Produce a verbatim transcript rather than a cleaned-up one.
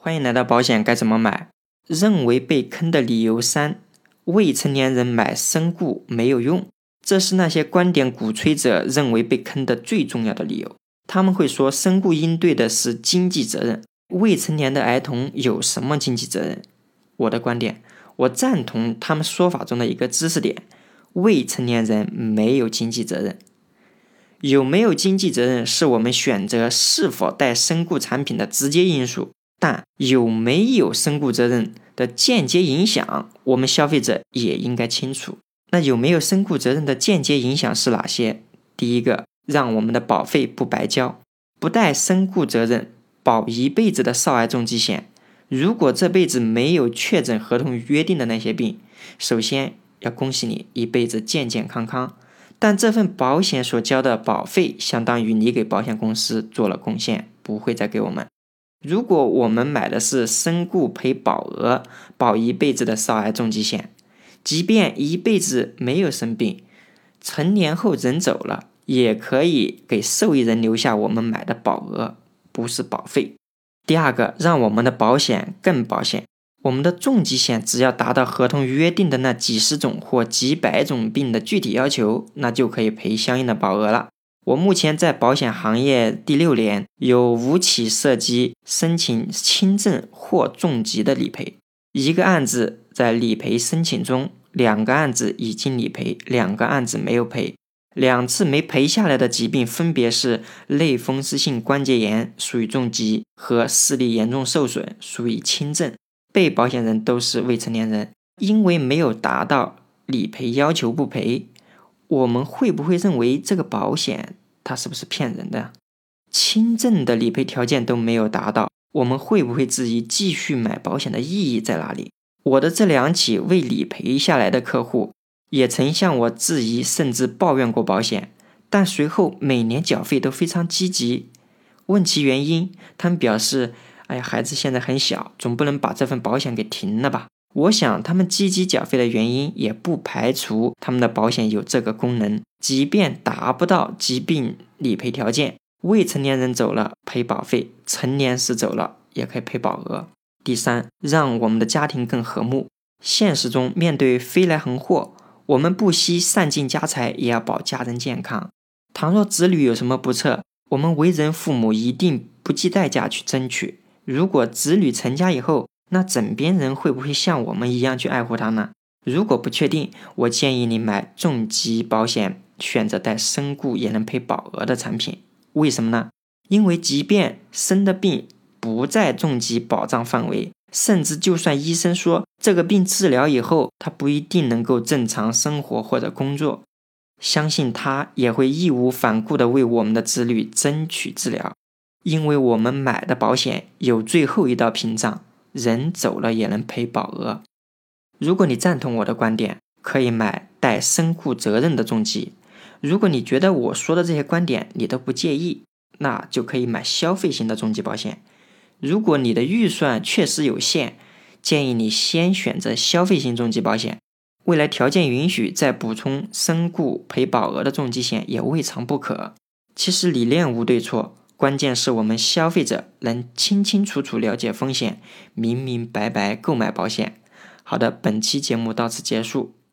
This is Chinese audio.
欢迎来到保险该怎么买。认为被坑的理由三：未成年人买身故没有用。这是那些观点鼓吹者认为被坑的最重要的理由。他们会说身故应对的是经济责任，未成年的儿童有什么经济责任？我的观点，我赞同他们说法中的一个知识点：未成年人没有经济责任。有没有经济责任是我们选择是否带身故产品的直接因素，但有没有身故责任的间接影响，我们消费者也应该清楚。那有没有身故责任的间接影响是哪些？第一个，让我们的保费不白交。不带身故责任，保一辈子的少儿重疾险。如果这辈子没有确诊合同约定的那些病，首先要恭喜你一辈子健健康康，但这份保险所交的保费相当于你给保险公司做了贡献，不会再给我们。如果我们买的是身故赔保额，保一辈子的少儿重疾险，即便一辈子没有生病，成年后人走了，也可以给受益人留下我们买的保额，不是保费。第二个，让我们的保险更保险。我们的重疾险只要达到合同约定的那几十种或几百种病的具体要求，那就可以赔相应的保额了。我目前在保险行业第六年，有五起涉及申请轻症或重疾的理赔，一个案子在理赔申请中，两个案子已经理赔，两个案子没有赔。两次没赔下来的疾病分别是类风湿性关节炎属于重疾和视力严重受损属于轻症，被保险人都是未成年人，因为没有达到理赔要求不赔。我们会不会认为这个保险它是不是骗人的？轻症的理赔条件都没有达到，我们会不会质疑继续买保险的意义在哪里？我的这两起未理赔下来的客户也曾向我质疑甚至抱怨过保险，但随后每年缴费都非常积极。问其原因，他们表示，哎呀，孩子现在很小，总不能把这份保险给停了吧。我想他们积极缴费的原因也不排除他们的保险有这个功能，即便达不到疾病理赔条件，未成年人走了赔保费，成年时走了也可以赔保额。第三，让我们的家庭更和睦。现实中面对飞来横祸，我们不惜散尽家财也要保家人健康。倘若子女有什么不测，我们为人父母一定不计代价去争取。如果子女成家以后，那枕边人会不会像我们一样去爱护他呢？如果不确定，我建议你买重疾保险，选择带身故也能赔保额的产品。为什么呢？因为即便生的病不在重疾保障范围，甚至就算医生说这个病治疗以后他不一定能够正常生活或者工作，相信他也会义无反顾地为我们的子女争取治疗。因为我们买的保险有最后一道屏障，人走了也能赔保额。如果你赞同我的观点，可以买带身故责任的重疾。如果你觉得我说的这些观点你都不介意，那就可以买消费型的重疾保险。如果你的预算确实有限，建议你先选择消费型重疾保险，未来条件允许再补充身故赔保额的重疾险也未尝不可。其实理念无对错，关键是我们消费者能清清楚楚了解风险，明明白白购买保险。好的，本期节目到此结束。